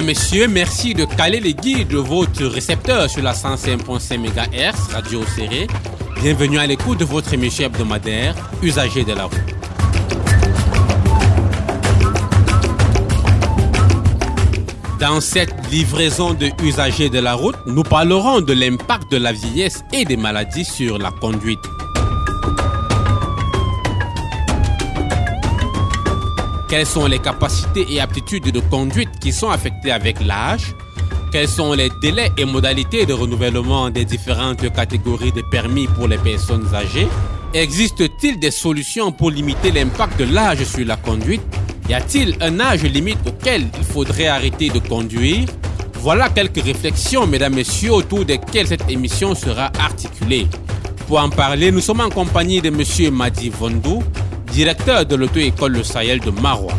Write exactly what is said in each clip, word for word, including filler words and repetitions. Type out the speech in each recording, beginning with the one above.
messieurs, merci de caler les guides de votre récepteur sur la cent cinq virgule cinq mégahertz Radio Serré. Bienvenue à l'écoute de votre émission hebdomadaire Usagers de la route. Dans cette livraison de Usagers de la route, nous parlerons de l'impact de la vieillesse et des maladies sur la conduite. Quelles sont les capacités et aptitudes de conduite qui sont affectées avec l'âge? Quels sont les délais et modalités de renouvellement des différentes catégories de permis pour les personnes âgées? Existe-t-il des solutions pour limiter l'impact de l'âge sur la conduite? Y a-t-il un âge limite auquel il faudrait arrêter de conduire? Voilà quelques réflexions, mesdames, messieurs, autour desquelles cette émission sera articulée. Pour en parler, nous sommes en compagnie de monsieur Madi Vondou, directeur de l'auto-école Le Sahel de Maroua.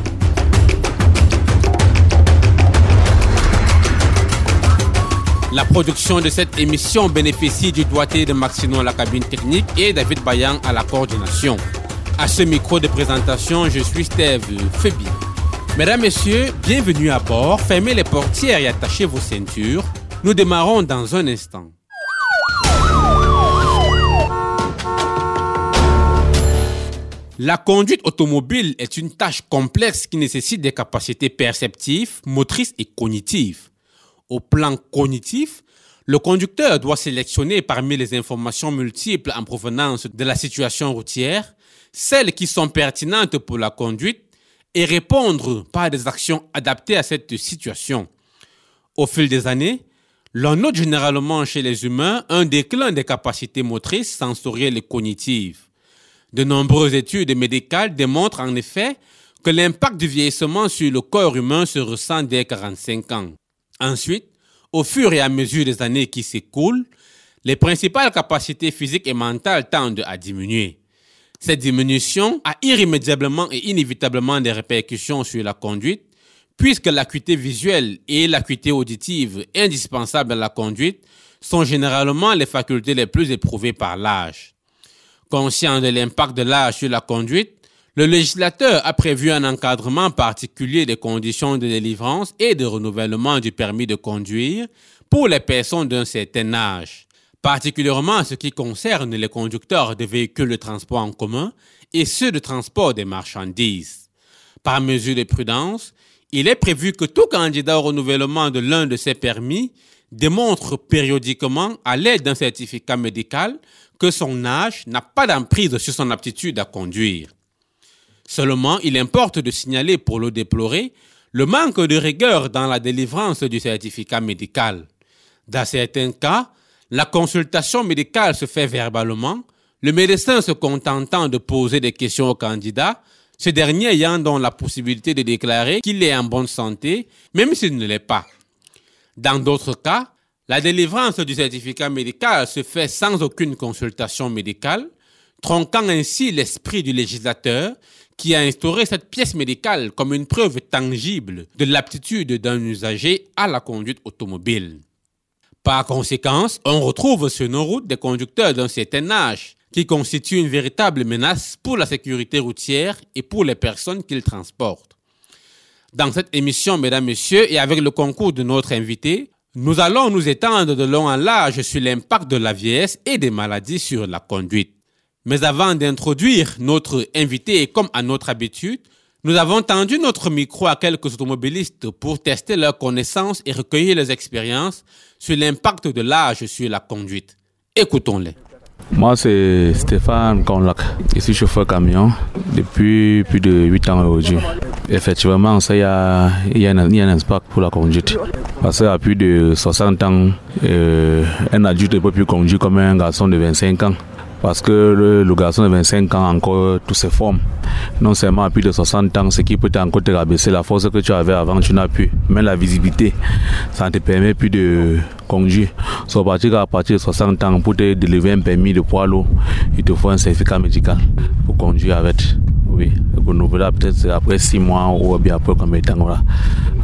La production de cette émission bénéficie du doigté de Maxino à la cabine technique et David Bayan à la coordination. À ce micro de présentation, je suis Steve Febi. Mesdames, messieurs, bienvenue à bord. Fermez les portières et attachez vos ceintures. Nous démarrons dans un instant. La conduite automobile est une tâche complexe qui nécessite des capacités perceptives, motrices et cognitives. Au plan cognitif, le conducteur doit sélectionner parmi les informations multiples en provenance de la situation routière celles qui sont pertinentes pour la conduite et répondre par des actions adaptées à cette situation. Au fil des années, l'on note généralement chez les humains un déclin des capacités motrices, sensorielles et cognitives. De nombreuses études médicales démontrent en effet que l'impact du vieillissement sur le corps humain se ressent dès quarante-cinq ans. Ensuite, au fur et à mesure des années qui s'écoulent, les principales capacités physiques et mentales tendent à diminuer. Cette diminution a irrémédiablement et inévitablement des répercussions sur la conduite, puisque l'acuité visuelle et l'acuité auditive indispensables à la conduite sont généralement les facultés les plus éprouvées par l'âge. Conscient de l'impact de l'âge sur la conduite, le législateur a prévu un encadrement particulier des conditions de délivrance et de renouvellement du permis de conduire pour les personnes d'un certain âge, particulièrement en ce qui concerne les conducteurs de véhicules de transport en commun et ceux de transport des marchandises. Par mesure de prudence, il est prévu que tout candidat au renouvellement de l'un de ces permis démontre périodiquement, à l'aide d'un certificat médical, que son âge n'a pas d'emprise sur son aptitude à conduire. Seulement, il importe de signaler pour le déplorer le manque de rigueur dans la délivrance du certificat médical. Dans certains cas, la consultation médicale se fait verbalement, le médecin se contentant de poser des questions au candidat, ce dernier ayant donc la possibilité de déclarer qu'il est en bonne santé, même s'il ne l'est pas. Dans d'autres cas, la délivrance du certificat médical se fait sans aucune consultation médicale, tronquant ainsi l'esprit du législateur qui a instauré cette pièce médicale comme une preuve tangible de l'aptitude d'un usager à la conduite automobile. Par conséquent, on retrouve sur nos routes des conducteurs d'un certain âge qui constituent une véritable menace pour la sécurité routière et pour les personnes qu'ils transportent. Dans cette émission, mesdames, messieurs, et avec le concours de notre invité, nous allons nous étendre de long en large sur l'impact de la vieillesse et des maladies sur la conduite. Mais avant d'introduire notre invité, et comme à notre habitude, nous avons tendu notre micro à quelques automobilistes pour tester leurs connaissances et recueillir leurs expériences sur l'impact de l'âge sur la conduite. Écoutons-les. Moi, c'est Stéphane Conlac. Je suis chauffeur camion depuis plus de huit ans aujourd'hui. Effectivement, ça, il y a, il y a, un, il y a un impact pour la conduite. Parce qu'à plus de soixante ans, euh, un adulte ne peut plus conduire comme un garçon de vingt-cinq ans. Parce que le, le garçon de vingt-cinq ans a encore toutes ses formes. Non seulement à plus de soixante ans, ce qui peut encore te rabaisser la force que tu avais avant, tu n'as plus. Même la visibilité, ça ne te permet plus de conduire. So, à partir à partir de soixante ans, pour te délivrer un permis de poids lourd, il te faut un certificat médical pour conduire avec. Oui, renouvelable peut-être après six mois ou bien après combien de temps. Voilà.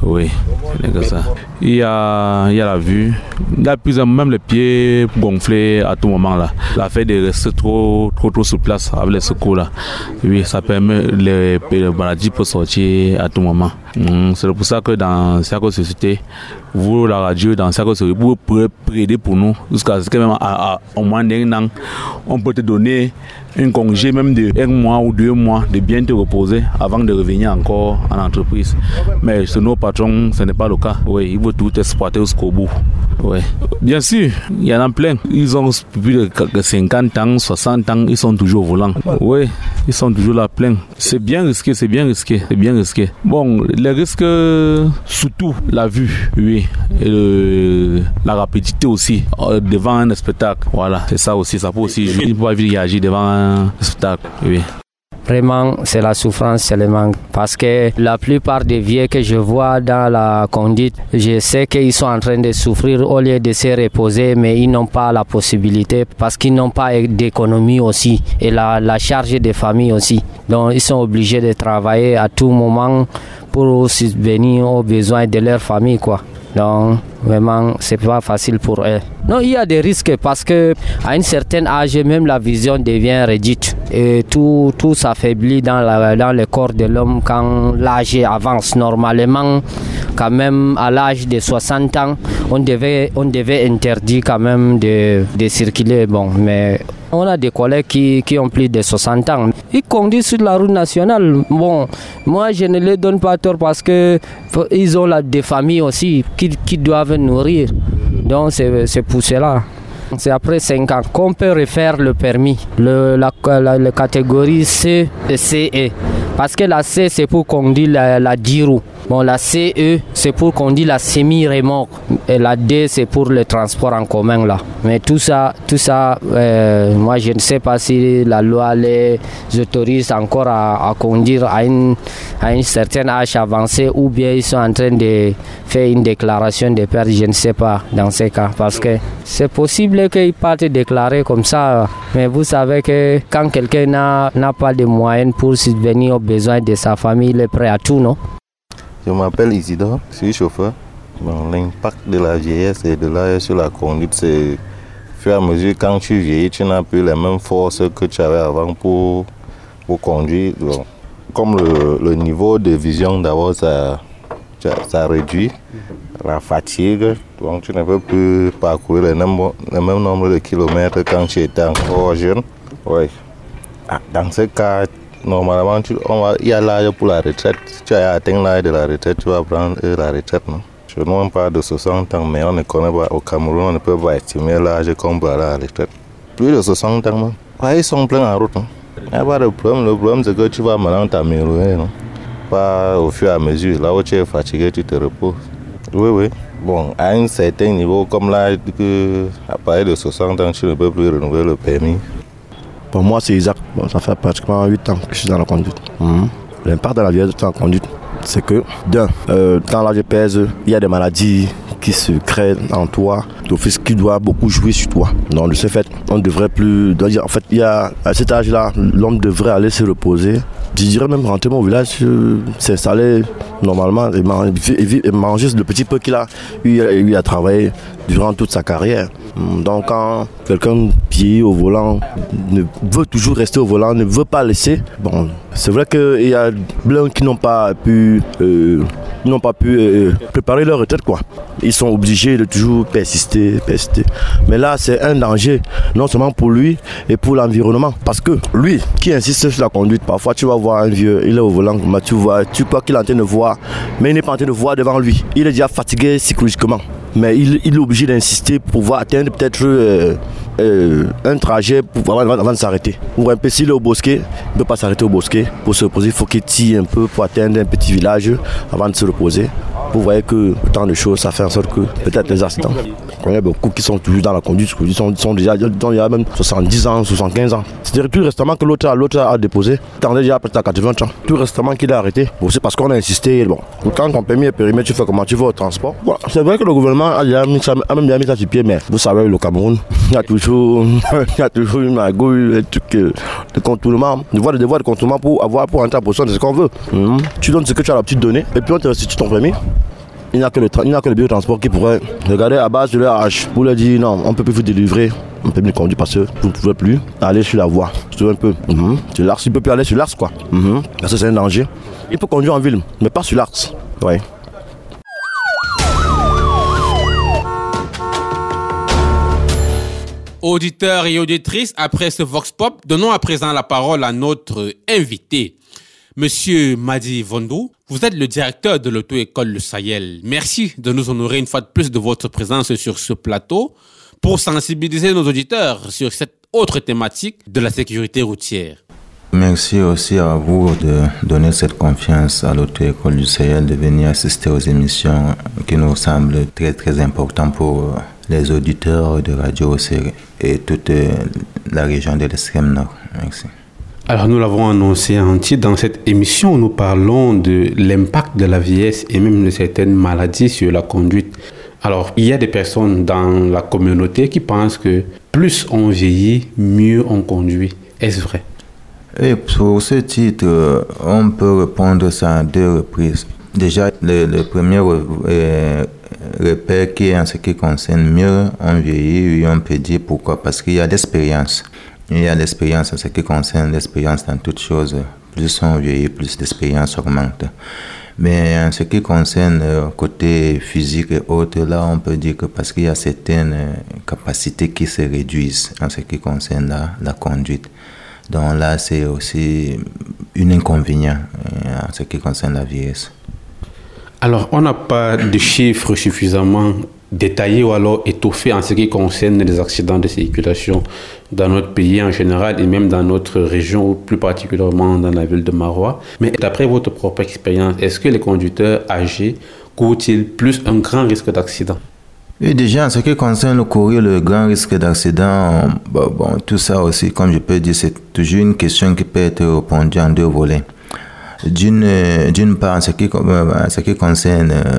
Oui, c'est que ça. Il y a, il y a la vue. Il y a plus même les pieds gonflés à tout moment là. La fait de rester trop, trop, trop sur place avec les secours là. Oui, ça permet les, les maladies pour sortir à tout moment. Mmh, c'est pour ça que dans chaque société, vous la radio, dans chaque société, vous pouvez prêter pour nous jusqu'à ce que même à, à, au moins d'un an, on peut te donner un congé même de un mois ou deux mois de bien te reposer avant de revenir encore en entreprise. Mais chez nos patrons, ce n'est pas le cas. Oui, ils veulent tout exploiter jusqu'au bout. Oui. Bien sûr, il y en a plein. Ils ont plus de cinquante ans, soixante ans, ils sont toujours au volant. Oui, ils sont toujours là plein. C'est bien risqué, c'est bien risqué, c'est bien risqué. Bon, les risques, surtout la vue, oui, et le, la rapidité aussi, devant un spectacle. Voilà, c'est ça aussi, ça peut aussi jouer. Il ne peut pas réagir devant un spectacle, oui. Vraiment, c'est la souffrance, c'est le manque. Parce que la plupart des vieux que je vois dans la conduite, je sais qu'ils sont en train de souffrir au lieu de se reposer, mais ils n'ont pas la possibilité parce qu'ils n'ont pas d'économie aussi et la, la charge des familles aussi. Donc, ils sont obligés de travailler à tout moment pour subvenir aux besoins de leur famille, quoi. Donc, vraiment, c'est pas facile pour eux. Non, il y a des risques parce que à un certain âge, même la vision devient réduite et tout, tout s'affaiblit dans, la, dans le corps de l'homme quand l'âge avance. Normalement, quand même, à l'âge de soixante ans, on devait, on devait interdire quand même de, de circuler. Bon, mais on a des collègues qui, qui ont plus de soixante ans. Ils conduisent sur la route nationale. Bon, moi, je ne les donne pas tort parce qu'ils ont là, des familles aussi qui, qui doivent nourrir. Donc, c'est, c'est pour cela. C'est après cinq ans qu'on peut refaire le permis, le, la, la, la catégorie C et C E. Parce que la C, c'est pour conduire la, la dix roues. Bon, la C E, c'est pour conduire la semi-remorque. Et la D, c'est pour le transport en commun, là. Mais tout ça, tout ça euh, moi, je ne sais pas si la loi les autorise encore à, à conduire à, une, à un certain âge avancé ou bien ils sont en train de faire une déclaration de perte, je ne sais pas dans ces cas. Parce que c'est possible qu'ils partent déclarer comme ça. Mais vous savez que quand quelqu'un n'a, n'a pas de moyens pour subvenir aux besoins de sa famille, il est prêt à tout, non? Je m'appelle Isidore, je suis chauffeur. Bon, l'impact de la vieillesse et de l'âge sur la conduite, c'est au fur et à mesure, quand tu vieillis, tu n'as plus les mêmes forces que tu avais avant pour, pour conduire. Bon, comme le, le niveau de vision d'abord, ça, ça réduit la fatigue, donc tu ne peux plus parcourir le même, le même nombre de kilomètres quand tu étais encore jeune. Ouais. Dans ce cas, normalement, tu, on va, il y a l'âge pour la retraite. Si tu as atteint l'âge de la retraite, tu vas prendre la retraite. Non? Je ne parle pas de soixante ans, mais on ne connaît pas, au Cameroun, on ne peut pas estimer l'âge qu'on peut aller à la retraite. Plus de soixante ans, ouais, ils sont pleins en route. Non? Il n'y a pas de problème. Le problème, c'est que tu vas maintenant t'améliorer. Non? Pas au fur et à mesure. Là où tu es fatigué, tu te reposes. Oui, oui. Bon, à un certain niveau, comme l'âge à partir de soixante ans, tu ne peux plus renouveler le permis. Pour moi, c'est Isaac. Bon, ça fait pratiquement huit ans que je suis dans la conduite. Mmh. L'impact de la vieillesse dans la conduite, c'est que, d'un, euh, quand l'âge pèse, il y a des maladies qui se créent en toi, d'office qui doit beaucoup jouer sur toi. Donc, de ce fait, on ne devrait plus. En fait, il y a, à cet âge-là, l'homme devrait aller se reposer. Je dirais même rentrer au village, euh, s'installer normalement et manger, et manger le petit peu qu'il a eu, eu à travailler durant toute sa carrière. Donc quand quelqu'un vieillit au volant, ne veut toujours rester au volant, ne veut pas laisser, bon, c'est vrai qu'il y a plein qui n'ont pas pu, euh, n'ont pas pu euh, préparer leur retraite, quoi. Ils sont obligés de toujours persister, persister. Mais là, c'est un danger, non seulement pour lui et pour l'environnement. Parce que lui, qui insiste sur la conduite, parfois tu vas voir un vieux, il est au volant, tu vois, tu crois qu'il est en train de voir, mais il n'est pas en train de voir devant lui. Il est déjà fatigué psychologiquement. Mais il, il est obligé d'insister pour pouvoir atteindre peut-être euh, euh, un trajet pour, avant, avant de s'arrêter. Ou un peu s'il est au bosquet, il ne peut pas s'arrêter au bosquet. Pour se reposer, il faut qu'il tire un peu pour atteindre un petit village avant de se reposer. Vous voyez que tant de choses, ça fait en sorte que peut-être les accidents. On a beaucoup qui sont toujours dans la conduite, ils sont, ils sont déjà il y a même soixante-dix ans, soixante-quinze ans. C'est-à-dire tout récemment que l'autre, l'autre a déposé, il en est déjà peut-être à quatre-vingts ans. Tout récemment qu'il a arrêté. Bon, c'est parce qu'on a insisté. Bon, quand ton permis est périmé, tu fais comment tu vas au transport. Bon, c'est vrai que le gouvernement a, déjà mis ça, a même déjà mis ça sur pied, mais vous savez, le Cameroun, il y a toujours, il y a toujours une magouille, des trucs de contournement. Tu vois, des devoirs de contournement pour avoir pour entrer en position de ce qu'on veut. Mmh. Tu donnes ce que tu as l'habitude de donner et puis on te restitue ton permis. il n'y a que le, tra- il n'y a que le bureau de transport qui pourrait regarder à base de leur âge pour leur dire non, on ne peut plus vous délivrer un permis de conduire parce que vous ne pouvez plus aller sur la voie. C'est un peu. Mm-hmm. Sur l'axe, il ne peut plus aller sur l'axe quoi. Mm-hmm. Parce que c'est un danger. Il peut conduire en ville, mais pas sur l'axe. Ouais. Auditeurs et auditrices, après ce Vox Pop, donnons à présent la parole à notre invité. Monsieur Madi Vondou, vous êtes le directeur de l'auto-école Le Sahel. Merci de nous honorer une fois de plus de votre présence sur ce plateau pour sensibiliser nos auditeurs sur cette autre thématique de la sécurité routière. Merci aussi à vous de donner cette confiance à l'auto-école du Sahel de venir assister aux émissions qui nous semblent très très importantes pour les auditeurs de Radio Océré et toute la région de l'extrême nord. Merci. Alors nous l'avons annoncé en titre, dans cette émission, nous parlons de l'impact de la vieillesse et même de certaines maladies sur la conduite. Alors il y a des personnes dans la communauté qui pensent que plus on vieillit, mieux on conduit. Est-ce vrai? Et pour ce titre, on peut répondre ça à deux reprises. Déjà, le, le premier euh, repère qui est en ce qui concerne mieux on vieillit, oui, on peut dire pourquoi. Parce qu'il y a l'expérience. Il y a l'expérience en ce qui concerne l'expérience dans toutes choses. Plus on vieillit, plus l'expérience augmente. Mais en ce qui concerne le côté physique et autres, là, on peut dire que parce qu'il y a certaines capacités qui se réduisent en ce qui concerne la, la conduite. Donc là, c'est aussi un inconvénient en ce qui concerne la vieillesse. Alors, on n'a pas de chiffres suffisamment détaillés ou alors étoffés en ce qui concerne les accidents de circulation dans notre pays en général et même dans notre région, ou plus particulièrement dans la ville de Maroua. Mais d'après votre propre expérience, est-ce que les conducteurs âgés courent-ils plus un grand risque d'accident? Et déjà, en ce qui concerne le courir, le grand risque d'accident, bon, bon, tout ça aussi, comme je peux dire, c'est toujours une question qui peut être répondue en deux volets. D'une, d'une part, en ce qui, en ce qui concerne euh,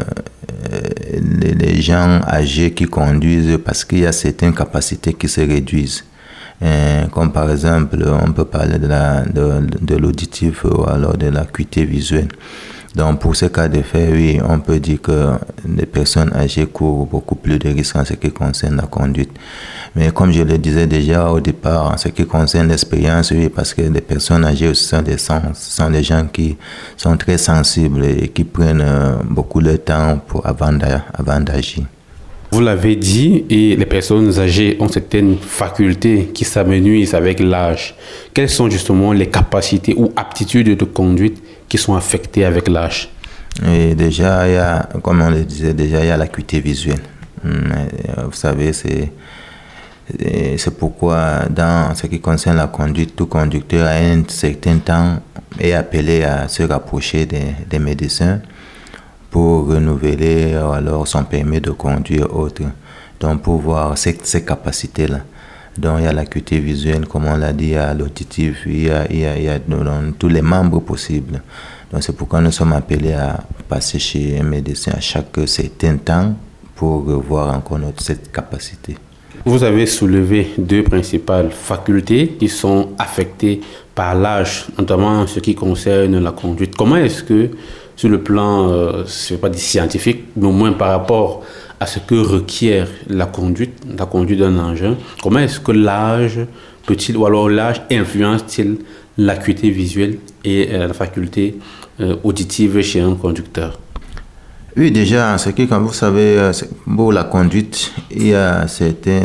les, les gens âgés qui conduisent, parce qu'il y a certaines capacités qui se réduisent. Et, comme par exemple, on peut parler de, la, de, de l'auditif ou alors de l'acuité visuelle. Donc, pour ce cas de fait, oui, on peut dire que les personnes âgées courent beaucoup plus de risques en ce qui concerne la conduite. Mais comme je le disais déjà au départ, en ce qui concerne l'expérience, oui, parce que les personnes âgées aussi sont des, sont des gens qui sont très sensibles et qui prennent beaucoup de temps pour, avant, avant d'agir. Vous l'avez dit, et les personnes âgées ont certaines facultés qui s'amenuisent avec l'âge. Quelles sont justement les capacités ou aptitudes de conduite qui sont affectées avec l'âge? Et déjà, il y a, comme on le disait, déjà, il y a l'acuité visuelle. Vous savez, c'est, c'est pourquoi, dans ce qui concerne la conduite, tout conducteur à un certain temps est appelé à se rapprocher des, des médecins pour renouveler alors son permis de conduire autre. Donc, pour voir ces, ces capacités-là. Donc, il y a l'acuité visuelle, comme on l'a dit, il y a l'auditif, il y a, il y a, il y a donc, tous les membres possibles. Donc, c'est pourquoi nous sommes appelés à passer chez un médecin à chaque certain temps pour revoir encore notre, cette capacité. Vous avez soulevé deux principales facultés qui sont affectées par l'âge, notamment en ce qui concerne la conduite. Comment est-ce que, sur le plan, euh, je ne vais pas dire scientifique, mais au moins par rapport à ce que requiert la conduite, la conduite d'un engin, comment est-ce que l'âge peut-il, ou alors l'âge influence-t-il l'acuité visuelle et euh, la faculté euh, auditive chez un conducteur? Oui, déjà, ce qui, comme vous savez, pour la conduite, il y a certains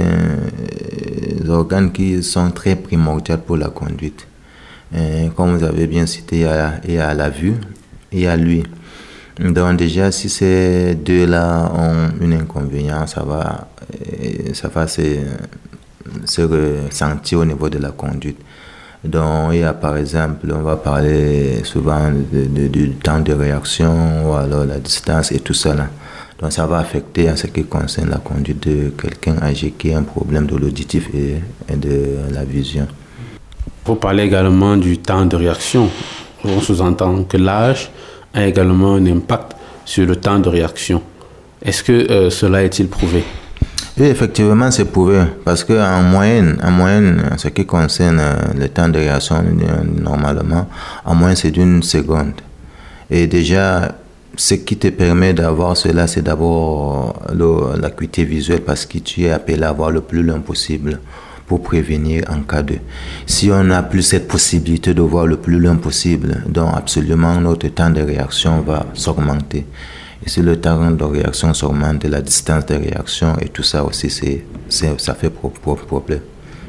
organes qui sont très primordiaux pour la conduite. Et comme vous avez bien cité, il y a, il y a la vue, il y a l'ouïe. Donc déjà, si ces deux-là ont un inconvénient, ça va, ça va se, se ressentir au niveau de la conduite. Donc, il y a par exemple, on va parler souvent de, de, du temps de réaction ou alors la distance et tout ça là. Donc, ça va affecter en ce qui concerne la conduite de quelqu'un âgé qui a un problème de l'auditif et, et de la vision. Vous parlez également du temps de réaction. On sous-entend que l'âge a également un impact sur le temps de réaction. Est-ce que euh, cela est-il prouvé? Oui, effectivement, c'est prouvé. Parce qu'en moyenne, en moyenne, en ce qui concerne le temps de réaction, normalement, en moyenne, c'est d'une seconde. Et déjà, ce qui te permet d'avoir cela, c'est d'abord l'acuité visuelle parce que tu es appelé à voir le plus loin possible pour prévenir en cas de... Si on n'a plus cette possibilité de voir le plus loin possible, donc absolument notre temps de réaction va s'augmenter. Et si le temps de réaction s'augmente, la distance de réaction et tout ça aussi, c'est, c'est, ça fait problème.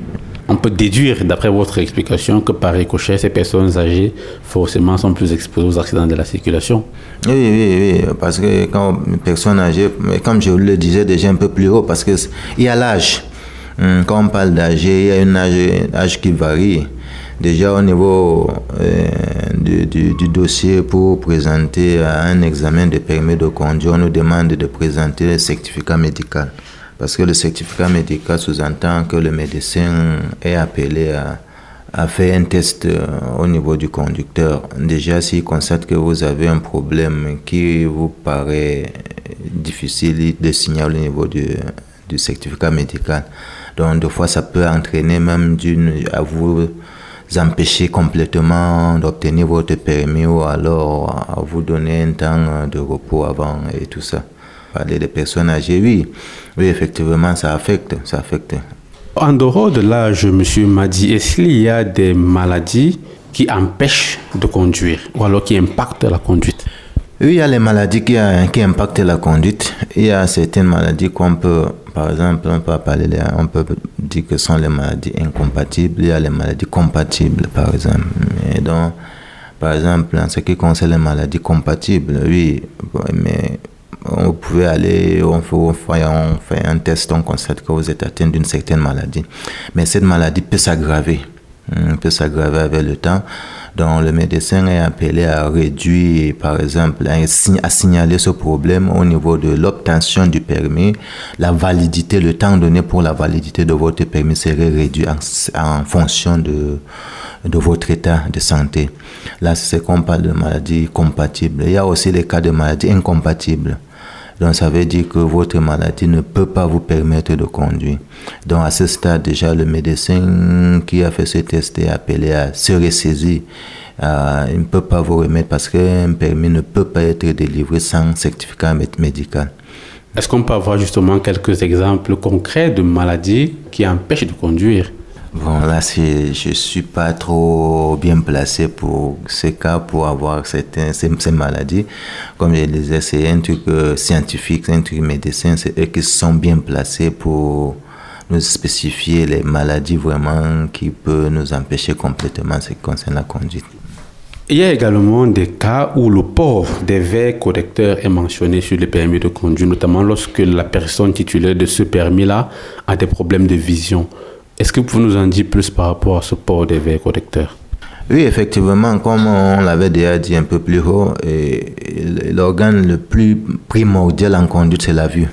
On peut déduire, d'après votre explication, que par ricochet, ces personnes âgées, forcément, sont plus exposées aux accidents de la circulation. Oui, oui, oui, parce que quand une personne âgée, comme je le disais déjà un peu plus haut, parce qu'il y a l'âge. Quand on parle d'âge, il y a un âge, âge qui varie. Déjà au niveau euh, du, du, du dossier pour présenter un examen de permis de conduire, on nous demande de présenter le certificat médical. Parce que le certificat médical sous-entend que le médecin est appelé à, à faire un test au niveau du conducteur. Déjà, s'il constate que vous avez un problème qui vous paraît difficile de signaler au niveau du, du certificat médical. Donc, des fois, ça peut entraîner même d'une, à vous empêcher complètement d'obtenir votre permis ou alors à vous donner un temps de repos avant et tout ça. Parler des personnes âgées, oui, oui, effectivement, ça affecte, ça affecte. En dehors de l'âge, monsieur Madi, est-ce qu'il y a des maladies qui empêchent de conduire ou alors qui impactent la conduite? Oui, il y a les maladies qui, qui impactent la conduite. Il y a certaines maladies qu'on peut, par exemple, on peut parler, on peut dire que ce sont les maladies incompatibles. Il y a les maladies compatibles, par exemple. Et donc, par exemple, en ce qui concerne les maladies compatibles, oui, mais vous pouvez aller, on fait, on fait, on fait un test, on constate que vous êtes atteint d'une certaine maladie. Mais cette maladie peut s'aggraver, peut s'aggraver avec le temps. Donc le médecin est appelé à réduire, par exemple, à signaler ce problème au niveau de l'obtention du permis. La validité, le temps donné pour la validité de votre permis serait réduit en, en fonction de, de votre état de santé. Là, c'est qu'on parle de maladies compatibles. Il y a aussi les cas de maladies incompatibles. Donc, ça veut dire que votre maladie ne peut pas vous permettre de conduire. Donc, à ce stade, déjà, le médecin qui a fait ce test est appelé à se ressaisir. Euh, il ne peut pas vous remettre parce qu'un permis ne peut pas être délivré sans certificat médical. Est-ce qu'on peut avoir justement quelques exemples concrets de maladies qui empêchent de conduire? Bon, là, c'est, je ne suis pas trop bien placé pour ces cas, pour avoir certains, ces, ces maladies. Comme je le disais, c'est un truc euh, scientifique, c'est un truc médecin, c'est eux qui sont bien placés pour nous spécifier les maladies vraiment qui peuvent nous empêcher complètement ce qui concerne la conduite. Il y a également des cas où le port des verres correcteurs est mentionné sur le permis de conduire, notamment lorsque la personne titulaire de ce permis-là a des problèmes de vision. Est-ce que vous pouvez nous en dire plus par rapport à ce port des verres correcteurs? Oui, effectivement, comme on l'avait déjà dit un peu plus haut, et, et l'organe le plus primordial en conduite, c'est la vue.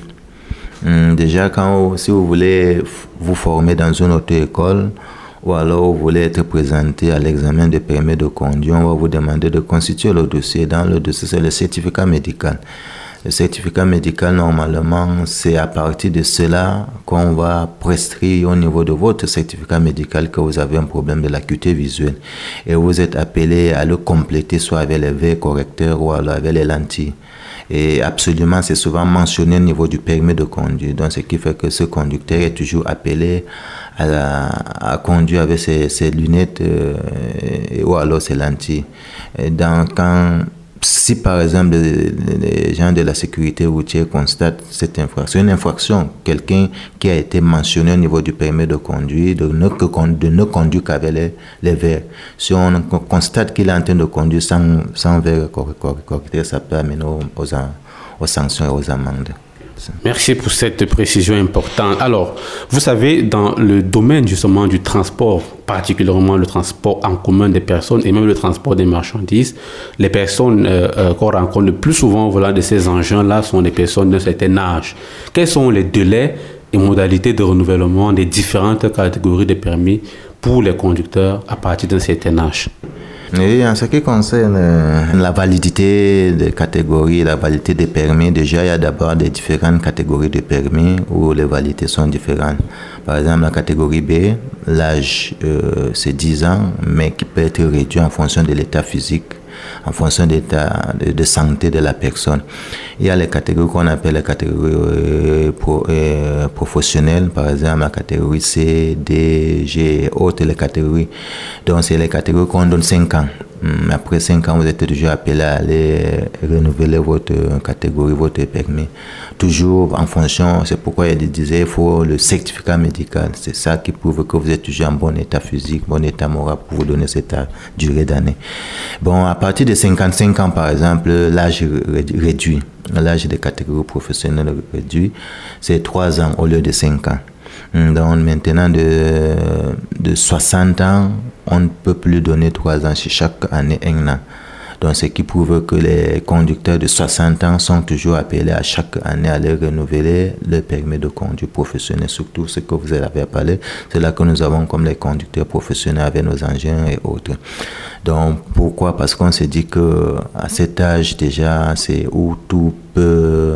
Hum, déjà, quand, si vous voulez vous former dans une auto-école, ou alors vous voulez être présenté à l'examen de permis de conduire, on va vous demander de constituer le dossier. Dans le dossier, c'est le certificat médical. Le certificat médical, normalement, c'est à partir de cela qu'on va prescrire au niveau de votre certificat médical que vous avez un problème de l'acuité visuelle. Et vous êtes appelé à le compléter soit avec les verres correcteurs ou alors avec les lentilles. Et absolument, c'est souvent mentionné au niveau du permis de conduire. Donc, ce qui fait que ce conducteur est toujours appelé à, la, à conduire avec ses, ses lunettes euh, ou alors ses lentilles. Et donc, quand... Si par exemple les gens de la sécurité routière constatent cette infraction, une infraction, quelqu'un qui a été mentionné au niveau du permis de conduire, de ne, de ne conduire qu'avec les, les verres. Si on constate qu'il est en train de conduire sans, sans verre correcteur, ça peut amener aux, aux, aux sanctions et aux amendes. Merci pour cette précision importante. Alors, vous savez, dans le domaine justement du transport, particulièrement le transport en commun des personnes et même le transport des marchandises, les personnes euh, euh, qu'on rencontre le plus souvent au volant de ces engins-là sont des personnes d'un certain âge. Quels sont les délais et modalités de renouvellement des différentes catégories de permis pour les conducteurs à partir d'un certain âge? Et en ce qui concerne euh, la validité des catégories, la validité des permis, déjà il y a d'abord des différentes catégories de permis où les validités sont différentes. Par exemple, la catégorie B, l'âge euh, c'est dix ans, mais qui peut être réduit en fonction de l'état physique en fonction de l'état de, de santé de la personne. Il y a les catégories qu'on appelle les catégories euh, pro, euh, professionnelles, par exemple la catégorie C, D, G et autres les catégories. Donc c'est les catégories qu'on donne cinq ans. Après cinq ans, vous êtes toujours appelé à aller renouveler votre catégorie, votre permis. Toujours en fonction, c'est pourquoi il disait qu'il faut le certificat médical. C'est ça qui prouve que vous êtes toujours en bon état physique, bon état moral pour vous donner cette durée d'année. Bon, à partir de cinquante-cinq ans, par exemple, l'âge réduit, l'âge des catégories professionnelles réduit, c'est trois ans au lieu de cinq ans. Donc maintenant, de, de soixante ans, on ne peut plus donner trois ans sur chaque année, un an. Donc ce qui prouve que les conducteurs de soixante ans sont toujours appelés à chaque année à aller renouveler le permis de conduire professionnel, surtout ce que vous avez parlé. C'est là que nous avons comme les conducteurs professionnels avec nos engins et autres. Donc pourquoi? Parce qu'on se dit qu'à cet âge déjà, c'est où tout peut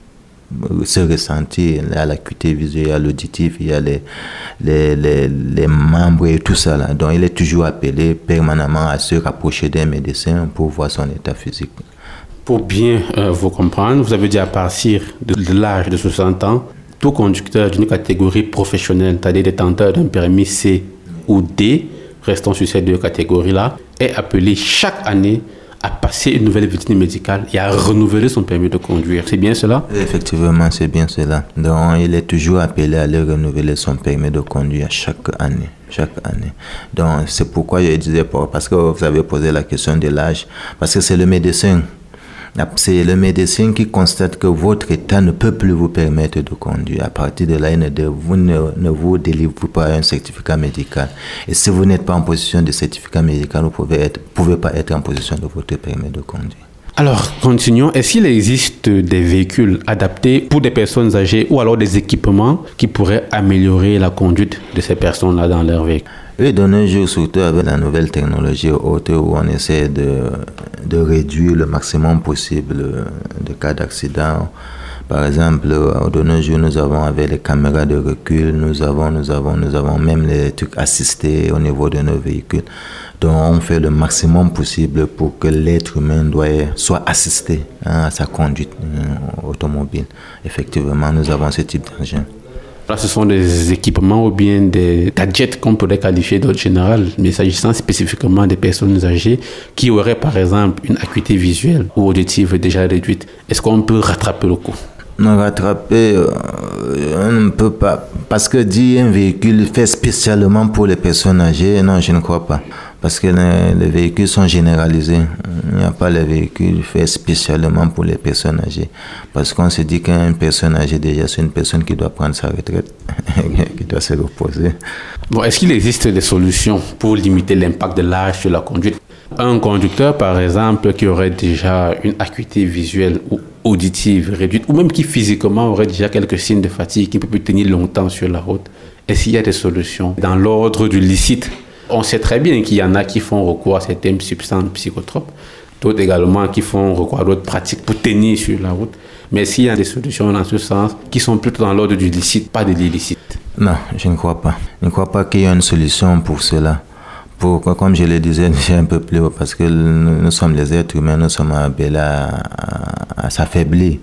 se ressentir, il y a l'acuité visuelle, il y a l'auditif, il y a les, les, les, les membres et tout ça là. Donc il est toujours appelé permanemment à se rapprocher d'un médecin pour voir son état physique. Pour bien euh, vous comprendre, vous avez dit à partir de, de l'âge de soixante ans, tout conducteur d'une catégorie professionnelle, c'est-à-dire détenteur d'un permis C ou D, restons sur ces deux catégories-là, est appelé chaque année à passer une nouvelle visite médicale et à renouveler son permis de conduire. C'est bien cela? Effectivement, c'est bien cela. Donc, il est toujours appelé à aller renouveler son permis de conduire chaque année. Chaque année. Donc, c'est pourquoi je disais, parce que vous avez posé la question de l'âge, parce que c'est le médecin. C'est le médecin qui constate que votre état ne peut plus vous permettre de conduire. À partir de là, il ne, vous ne, ne vous délivre pas un certificat médical. Et si vous n'êtes pas en position de certificat médical, vous ne pouvez, être, pouvez pas être en position de votre permis de conduire. Alors, continuons. Est-ce qu'il existe des véhicules adaptés pour des personnes âgées ou alors des équipements qui pourraient améliorer la conduite de ces personnes-là dans leur véhicule? Oui, de nos jours, surtout avec la nouvelle technologie haute où on essaie de, de réduire le maximum possible de cas d'accident. Par exemple, de nos jours, nous avons avec les caméras de recul, nous avons, nous avons, nous avons même les trucs assistés au niveau de nos véhicules. Donc, on fait le maximum possible pour que l'être humain doit, soit assisté hein, à sa conduite hein, automobile. Effectivement, nous avons ce type d'engin. Là, ce sont des équipements ou bien des gadgets qu'on pourrait qualifier d'ordre général, mais s'agissant spécifiquement des personnes âgées qui auraient par exemple une acuité visuelle ou auditive déjà réduite, est-ce qu'on peut rattraper le coup? Non, rattraper, euh, on ne peut pas. Parce que dire un véhicule fait spécialement pour les personnes âgées, non, je ne crois pas. Parce que les, les véhicules sont généralisés. Il n'y a pas les véhicules faits spécialement pour les personnes âgées. Parce qu'on se dit qu'une personne âgée, déjà, c'est une personne qui doit prendre sa retraite, qui doit se reposer. Bon, est-ce qu'il existe des solutions pour limiter l'impact de l'âge sur la conduite? Un conducteur, par exemple, qui aurait déjà une acuité visuelle ou auditive réduite, ou même qui physiquement aurait déjà quelques signes de fatigue, qui ne peut plus tenir longtemps sur la route, est-ce qu'il y a des solutions dans l'ordre du licite? On sait très bien qu'il y en a qui font recours à certaines substances psychotropes, d'autres également qui font recours à d'autres pratiques pour tenir sur la route. Mais s'il y a des solutions dans ce sens qui sont plutôt dans l'ordre du licite, pas de l'illicite? Non, je ne crois pas. Je ne crois pas qu'il y ait une solution pour cela. Pour, comme je le disais déjà un peu plus haut, parce que nous, nous sommes les êtres humains, nous sommes appelés à, à, à s'affaiblir.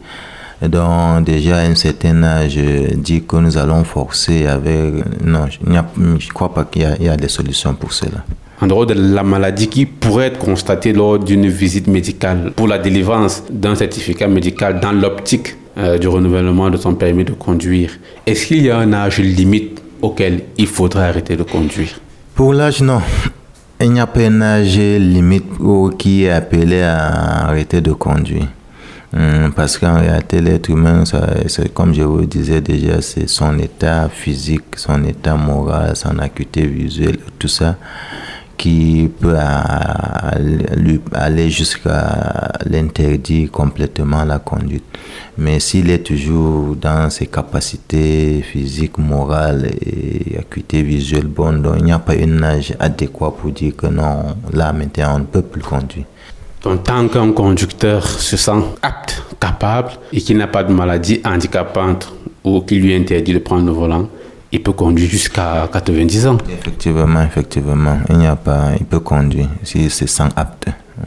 Donc déjà à un certain âge, dit que nous allons forcer avec... Non, je ne crois pas qu'il y a, il y a des solutions pour cela. En dehors de la maladie qui pourrait être constatée lors d'une visite médicale pour la délivrance d'un certificat médical dans l'optique euh, du renouvellement de son permis de conduire, est-ce qu'il y a un âge limite auquel il faudra arrêter de conduire? Pour l'âge, non. Il n'y a pas un âge limite qui est appelé à arrêter de conduire. Parce qu'en réalité, l'être humain, ça, c'est, comme je vous disais déjà, c'est son état physique, son état moral, son acuité visuelle, tout ça qui peut aller jusqu'à l'interdire complètement la conduite. Mais s'il est toujours dans ses capacités physiques, morales et acuité visuelle bonne, donc il n'y a pas un âge adéquat pour dire que non, là maintenant on ne peut plus conduire. Donc, tant qu'un conducteur se sent apte, capable et qu'il n'a pas de maladie handicapante ou qui lui interdit de prendre le volant, il peut conduire jusqu'à quatre-vingt-dix ans. Effectivement, effectivement, il n'y a pas, il peut conduire s'il se sent apte.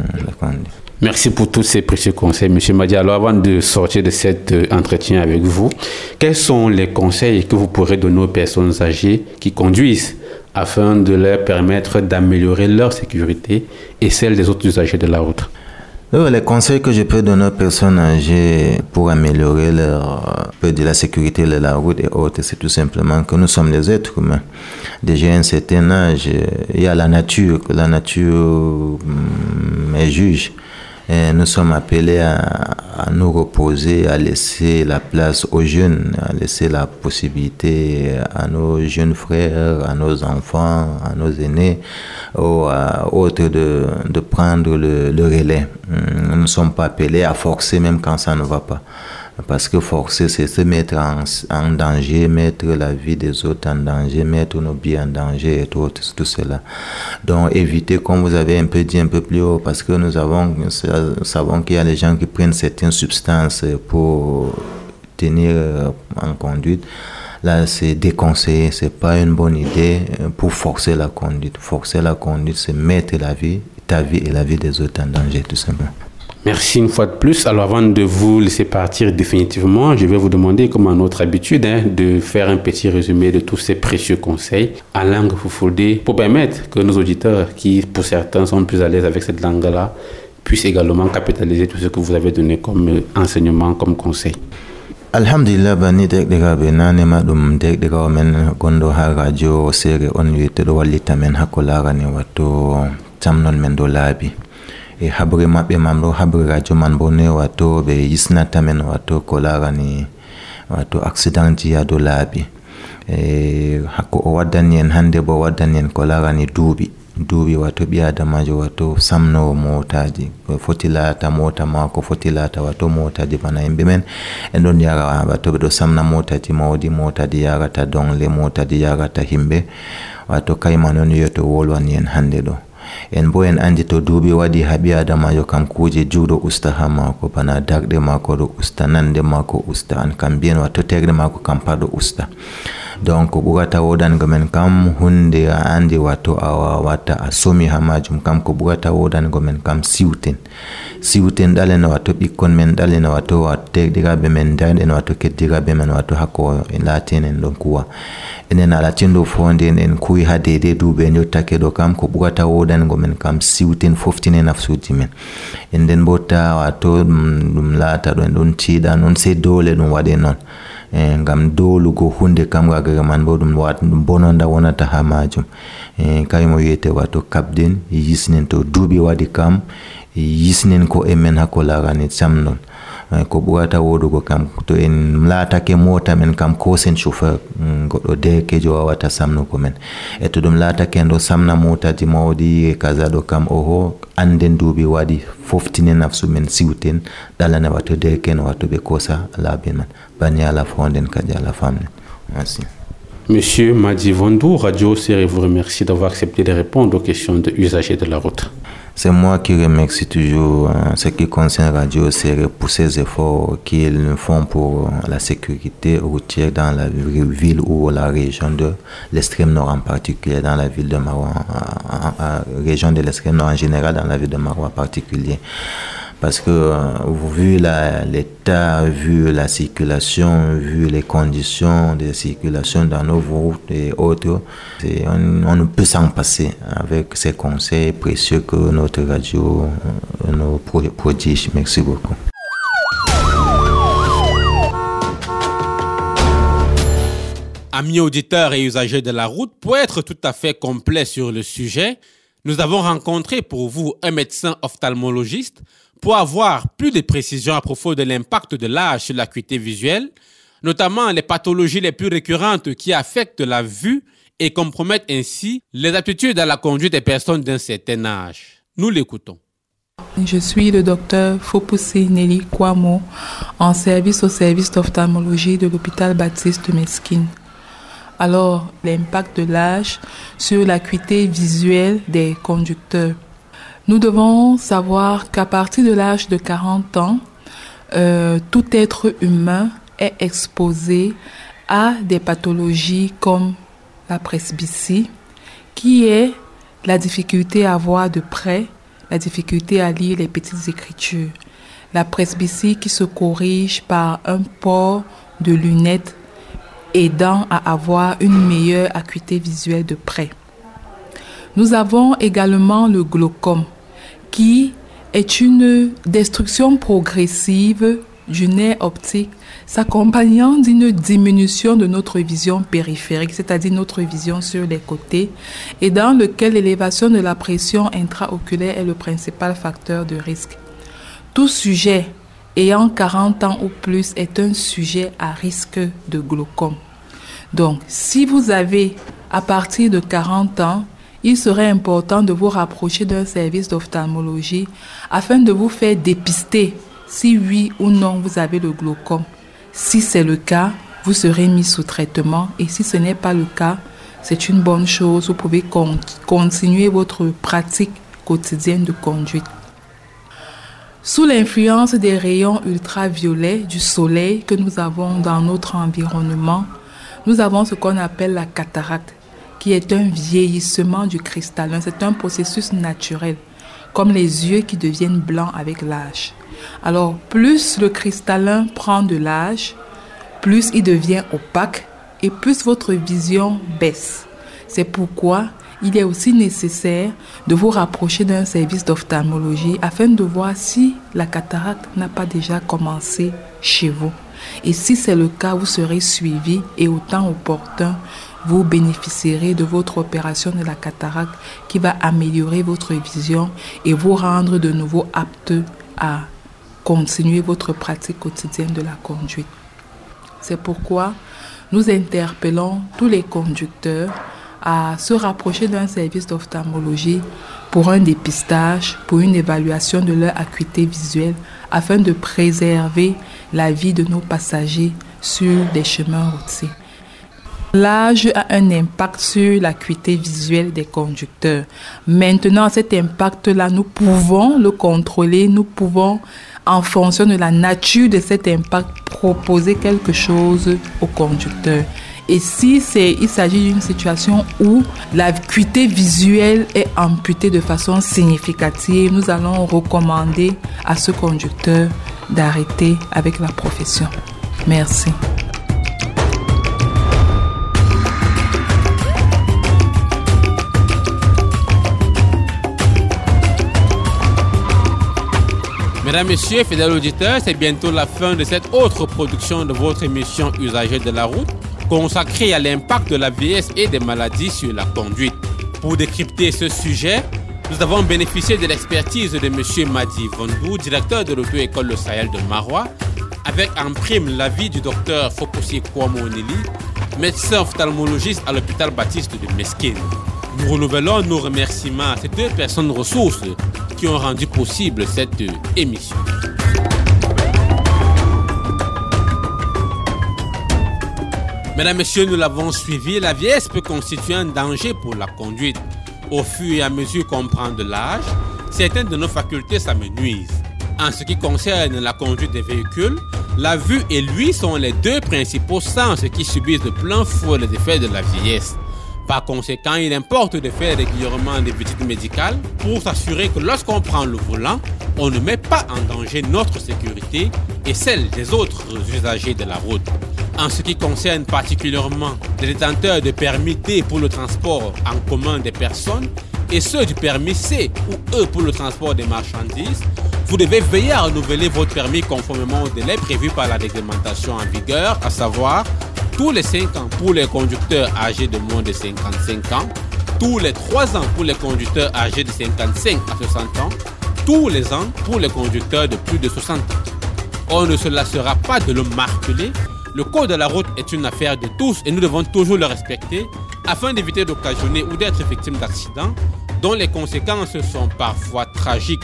conduite. Merci pour tous ces précieux conseils, M. Madi. Alors, avant de sortir de cet euh, entretien avec vous, quels sont les conseils que vous pourrez donner aux personnes âgées qui conduisent afin de leur permettre d'améliorer leur sécurité et celle des autres usagers de la route? Les conseils que je peux donner aux personnes âgées pour améliorer leur, peu de la sécurité de la route et autres, c'est tout simplement que nous sommes des êtres humains. Déjà à un certain âge, il y a la nature, que la nature est juge. Et nous sommes appelés à, à nous reposer, à laisser la place aux jeunes, à laisser la possibilité à nos jeunes frères, à nos enfants, à nos aînés, ou à autres de, de prendre le, le relais. Nous ne sommes pas appelés à forcer même quand ça ne va pas. Parce que forcer, c'est se mettre en, en danger, mettre la vie des autres en danger, mettre nos biens en danger et tout, tout cela. Donc évitez, comme vous avez un peu dit un peu plus haut, parce que nous avons, nous savons qu'il y a des gens qui prennent certaines substances pour tenir en conduite. Là, c'est déconseillé, c'est pas une bonne idée pour forcer la conduite. Forcer la conduite, c'est mettre la vie, ta vie et la vie des autres en danger, tout simplement. Merci une fois de plus. Alors avant de vous laisser partir définitivement, je vais vous demander, comme à notre habitude, hein, de faire un petit résumé de tous ces précieux conseils en langue Fulfulde pour permettre que nos auditeurs, qui pour certains sont plus à l'aise avec cette langue-là, puissent également capitaliser tout ce que vous avez donné comme enseignement, comme conseil. Alhamdulillah, bani dek dega benane ma dum dek dega men gondo ha radio sere on yete do wallita men hakolara ni wato tamnon men do labi. E habre maɓɓe mam ɗo habre radio man bo ne wato ɓe yisnata men wato ko larani wato accident ji ha dow laabi e hakko o waddani en hannde bo waddani en ko larani duuɓi duuɓi wato ɓi adamajo wato samnowo motaji ko foti laata mota mako foti laata wato motaji bana yimɓe men en ɗon yara wato ɓe ɗo samna motaji mawɗi motaji yarata dongle motaji yarata himɓe wato kayma noon yiyoto wolwani en hannde ɗo en bo en andi to duuɓi waɗi ha ɓi adamajo kam kuuje juuɗo usta ha mako bana darɗe mako ɗo usta nande mako usta an kam mbiyen wato terɗe mako kam pat ɗo usta donc ɓurata wodango men kam hunde a andi wato a wawata a somi ha majum kam ko ɓurata wodango men kam siwten siwten ɗalena wato ɓikkon men ɗalena wato terɗiraɓe men darɗen wato keddiraɓe men wato hakko en latinen ɗon kuwa enen ala tindo fonde en kuwi ha dede duuɓe en yottake ɗo kam ko ɓurata wodango men kam siwten foftine nafsuji men en nden bo ta wato ɗum laata ɗo en ɗon tiiɗa noon sey dole ɗum waɗe noon e ngam dolugo hunde kam gagara man bo ɗum wat ɗum bononda wonata ha majum e kaymo wiyete wato kabden yisnen to duuɓi waɗi kam yisnen ko emen hakko larani samnon ko ɓurata wodugo kam to en laatake mota men kam ko sen chauffeur goɗɗo derkejo wawata samnugo men e to ɗum laatake en ɗo samna motaji mawɗi e kaza ɗo kam oho anden duuɓi waɗi foftine nafsu men siwten ɗalana wato derken wato ɓe kosa laabi man bani ala fonden kadi ala famnen. Merci. Monsieur Madi Vondou, Radio Séré vous remercie d'avoir accepté de répondre aux questions de usagers de la route. C'est moi qui remercie toujours hein, ce qui concerne Radio Séré pour ces efforts qu'ils font pour la sécurité routière dans la ville ou la région de l'extrême nord en particulier, dans la ville de Maroua, région de l'extrême nord en général, dans la ville de Maroua en particulier. Parce que euh, vu la, l'état, vu la circulation, vu les conditions de circulation dans nos routes et autres, on, on ne peut s'en passer avec ces conseils précieux que notre radio euh, nous prodige. Merci beaucoup. Amis auditeurs et usagers de la route, pour être tout à fait complet sur le sujet, nous avons rencontré pour vous un médecin ophtalmologiste pour avoir plus de précisions à propos de l'impact de l'âge sur l'acuité visuelle, notamment les pathologies les plus récurrentes qui affectent la vue et compromettent ainsi les aptitudes à la conduite des personnes d'un certain âge. Nous l'écoutons. Je suis le docteur Fopoussi Nelly Kwamo, en service au service d'ophtalmologie de l'hôpital Baptiste de Meskine. Alors, l'impact de l'âge sur l'acuité visuelle des conducteurs. Nous devons savoir qu'à partir de l'âge de quarante ans, euh, tout être humain est exposé à des pathologies comme la presbytie, qui est la difficulté à voir de près la difficulté à lire les petites écritures, la presbytie qui se corrige par un port de lunettes aidant à avoir une meilleure acuité visuelle de près. Nous avons également le glaucome, qui est une destruction progressive du nerf optique s'accompagnant d'une diminution de notre vision périphérique, c'est-à-dire notre vision sur les côtés, et dans lequel l'élévation de la pression intraoculaire est le principal facteur de risque. Tout sujet ayant quarante ans ou plus est un sujet à risque de glaucome. Donc, si vous avez à partir de quarante ans, il serait important de vous rapprocher d'un service d'ophtalmologie afin de vous faire dépister si oui ou non vous avez le glaucome. Si c'est le cas, vous serez mis sous traitement, et si ce n'est pas le cas, c'est une bonne chose. Vous pouvez con- continuer votre pratique quotidienne de conduite. Sous l'influence des rayons ultraviolets du soleil que nous avons dans notre environnement, nous avons ce qu'on appelle la cataracte, qui est un vieillissement du cristallin. C'est un processus naturel, comme les yeux qui deviennent blancs avec l'âge. Alors, plus le cristallin prend de l'âge, plus il devient opaque et plus votre vision baisse. C'est pourquoi il est aussi nécessaire de vous rapprocher d'un service d'ophtalmologie afin de voir si la cataracte n'a pas déjà commencé chez vous. Et si c'est le cas, vous serez suivi et au temps opportun, vous bénéficierez de votre opération de la cataracte qui va améliorer votre vision et vous rendre de nouveau apte à continuer votre pratique quotidienne de la conduite. C'est pourquoi nous interpellons tous les conducteurs à se rapprocher d'un service d'ophtalmologie pour un dépistage, pour une évaluation de leur acuité visuelle afin de préserver la vie de nos passagers sur les chemins routiers. L'âge a un impact sur l'acuité visuelle des conducteurs. Maintenant, cet impact-là, nous pouvons le contrôler, nous pouvons, en fonction de la nature de cet impact, proposer quelque chose aux conducteurs. Et si c'est, il s'agit d'une situation où l'acuité visuelle est amputée de façon significative, nous allons recommander à ce conducteur d'arrêter avec la profession. Merci. Mesdames, Messieurs, fidèles auditeurs, c'est bientôt la fin de cette autre production de votre émission Usagers de la route, consacrée à l'impact de la vieillesse et des maladies sur la conduite. Pour décrypter ce sujet, nous avons bénéficié de l'expertise de M. Madi Vondou, directeur de l'auto-école Le Sahel de Marois, avec en prime l'avis du docteur Foposi Kouamo-Nelly, médecin ophtalmologiste à l'hôpital Baptiste de Meskine. Nous renouvelons nos remerciements à ces deux personnes ressources qui ont rendu possible cette émission. Mesdames, Messieurs, nous l'avons suivi, la vieillesse peut constituer un danger pour la conduite. Au fur et à mesure qu'on prend de l'âge, certaines de nos facultés s'amenuisent. En ce qui concerne la conduite des véhicules, la vue et l'ouïe sont les deux principaux sens qui subissent de plein fouet les effets de la vieillesse. Par conséquent, il importe de faire régulièrement des visites médicales pour s'assurer que lorsqu'on prend le volant, on ne met pas en danger notre sécurité et celle des autres usagers de la route. En ce qui concerne particulièrement les détenteurs de permis D pour le transport en commun des personnes et ceux du permis C ou E pour le transport des marchandises, vous devez veiller à renouveler votre permis conformément au délai prévu par la réglementation en vigueur, à savoir tous les cinq ans pour les conducteurs âgés de moins de cinquante-cinq ans, tous les trois ans pour les conducteurs âgés de cinquante-cinq à soixante ans, tous les ans pour les conducteurs de plus de soixante ans. On ne se lassera pas de le marteler. Le code de la route est une affaire de tous et nous devons toujours le respecter afin d'éviter d'occasionner ou d'être victime d'accidents dont les conséquences sont parfois tragiques.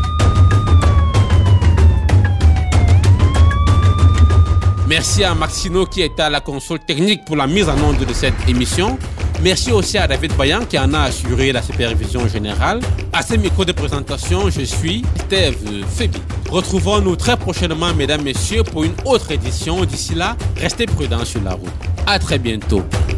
Merci à Maxino qui était à la console technique pour la mise en onde de cette émission. Merci aussi à David Bayan qui en a assuré la supervision générale. À ce micro de présentation, je suis Steve Febi. Retrouvons-nous très prochainement, mesdames, messieurs, pour une autre édition. D'ici là, restez prudents sur la route. À très bientôt.